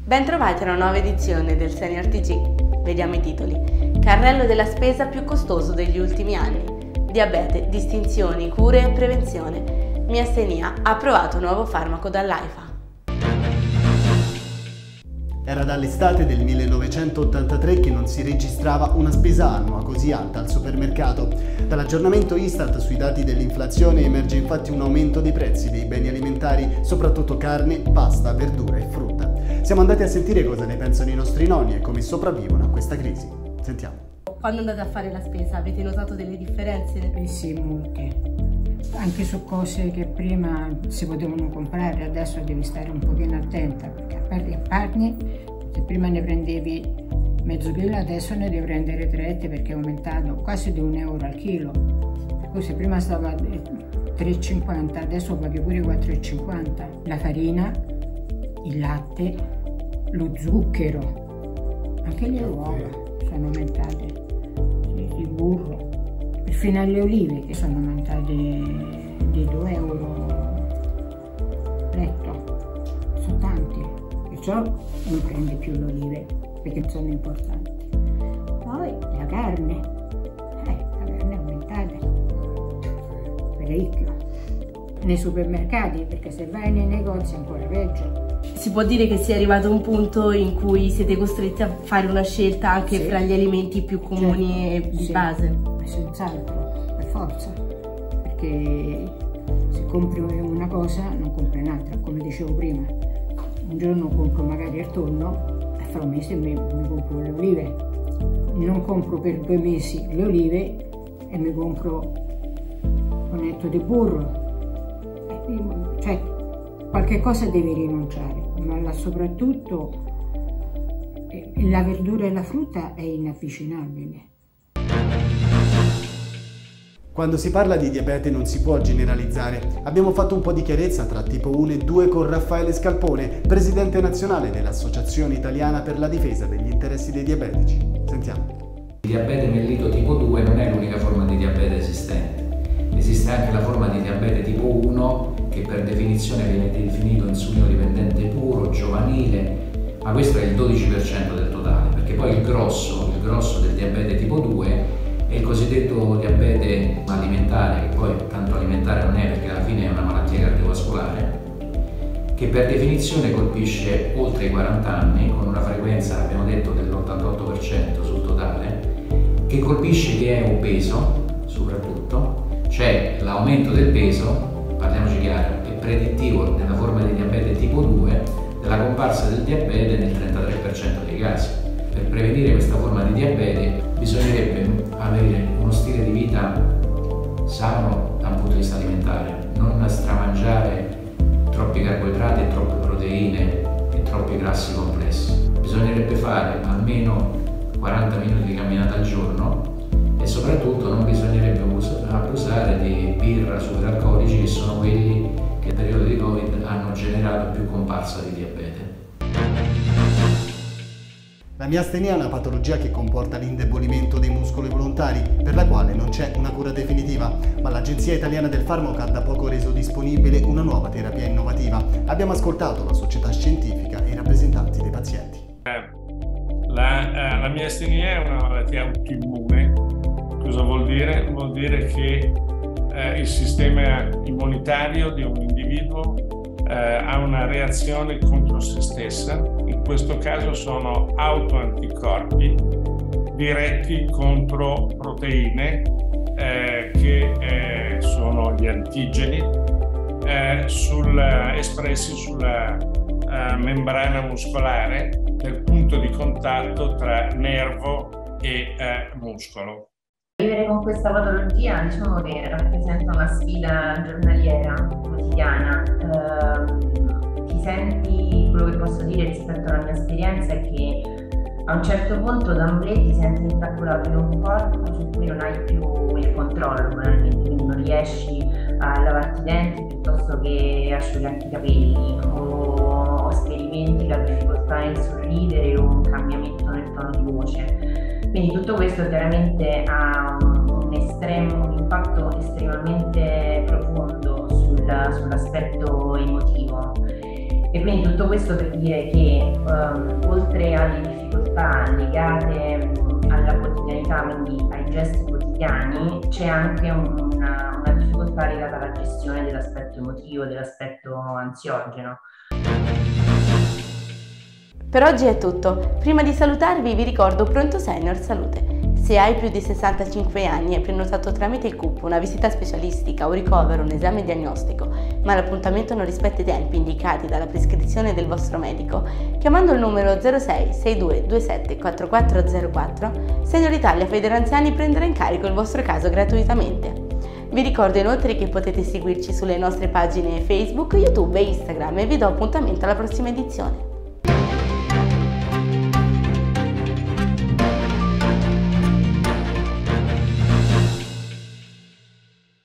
Bentrovati a una nuova edizione del Senior TG. Vediamo i titoli. Carrello della spesa più costoso degli ultimi anni. Diabete, distinzioni, cure e prevenzione. Miastenia ha approvato un nuovo farmaco dall'AIFA. Era dall'estate del 1983 che non si registrava una spesa annua così alta al supermercato. Dall'aggiornamento Istat sui dati dell'inflazione emerge infatti un aumento dei prezzi dei beni alimentari, soprattutto carne, pasta, verdura e frutta. Siamo andati a sentire cosa ne pensano i nostri nonni e come sopravvivono a questa crisi. Sentiamo. Quando andate a fare la spesa avete notato delle differenze? Sì, molte. Anche su cose che prima si potevano comprare, adesso devi stare un pochino attenta, perché a parte che parli, se prima ne prendevi mezzo chilo, adesso ne devi prendere 3 perché è aumentato quasi di €1 al chilo. Per cui se prima stava a 3,50, adesso paghi pure 4,50. La farina, il latte, lo zucchero, anche le uova sono aumentate, il burro, perfino le olive che sono aumentate di €2 letto, sono tanti, perciò non prendi più le olive perché sono importanti. Poi la carne è aumentata parecchio, nei supermercati, perché se vai nei negozi è ancora peggio. Si può dire che sia arrivato un punto in cui siete costretti a fare una scelta anche fra gli alimenti più comuni e di base? Senz'altro, per forza, perché se compri una cosa non compri un'altra, come dicevo prima. Un giorno compro magari il tonno e fra un mese mi compro le olive. Non compro per 2 mesi le olive e mi compro un etto di burro. Cioè, qualche cosa devi rinunciare, ma soprattutto la verdura e la frutta è inavvicinabile. Quando si parla di diabete non si può generalizzare. Abbiamo fatto un po' di chiarezza tra tipo 1 e 2 con Raffaele Scalpone, presidente nazionale dell'Associazione Italiana per la Difesa degli Interessi dei Diabetici. Sentiamo. Il diabete mellito tipo 2 non è l'unica forma di diabete esistente. Esiste anche la forma di diabete tipo 1 che per definizione viene definito insulino dipendente puro, giovanile, ma questo è il 12% del totale, perché poi il grosso del diabete tipo 2 è il cosiddetto diabete alimentare, che poi tanto alimentare non è perché alla fine è una malattia cardiovascolare, che per definizione colpisce oltre i 40 anni con una frequenza, abbiamo detto, dell'88% sul totale, che colpisce chi è obeso soprattutto. C'è l'aumento del peso, parliamoci chiaro, è predittivo nella forma di diabete tipo 2 della comparsa del diabete nel 33% dei casi. Per prevenire questa forma di diabete bisognerebbe avere uno stile di vita sano da un punto di vista alimentare, non stramangiare troppi carboidrati e troppe proteine e troppi grassi complessi. Bisognerebbe fare almeno 40 minuti di camminata al giorno e soprattutto non bisognerebbe abusare di birra, superalcolici, che sono quelli che nel periodo di Covid hanno generato più comparsa di diabete. La miastenia è una patologia che comporta l'indebolimento dei muscoli volontari, per la quale non c'è una cura definitiva, ma l'Agenzia Italiana del Farmaco ha da poco reso disponibile una nuova terapia innovativa. Abbiamo ascoltato la società scientifica e i rappresentanti dei pazienti. La miastenia è una malattia autoimmune. Cosa vuol dire? Vuol dire che il sistema immunitario di un individuo ha una reazione contro se stessa. In questo caso sono autoanticorpi diretti contro proteine che sono gli antigeni espressi sulla membrana muscolare nel punto di contatto tra nervo e muscolo. Vivere con questa patologia diciamo che rappresenta una sfida giornaliera, quotidiana. Ti senti, quello che posso dire rispetto alla mia esperienza è che a un certo punto d'amblè ti senti intrappolato in un corpo su cui non hai più il controllo, banalmente, quindi non riesci a lavarti i denti piuttosto che a asciugarti i capelli, o sperimenti la difficoltà nel sorridere o un cambiamento nel tono di voce. Quindi tutto questo chiaramente ha un impatto estremamente profondo sull'aspetto emotivo E quindi tutto questo per dire che oltre alle difficoltà legate alla quotidianità, quindi ai gesti quotidiani, c'è anche una difficoltà legata alla gestione dell'aspetto emotivo, dell'aspetto ansiogeno. Per oggi è tutto. Prima di salutarvi vi ricordo Pronto Senior Salute. Se hai più di 65 anni e hai prenotato tramite il CUP una visita specialistica o ricovero, un esame diagnostico, ma l'appuntamento non rispetta i tempi indicati dalla prescrizione del vostro medico, chiamando il numero 06 62 27 4404, Senior Italia Federanziani prenderà in carico il vostro caso gratuitamente. Vi ricordo inoltre che potete seguirci sulle nostre pagine Facebook, YouTube e Instagram e vi do appuntamento alla prossima edizione.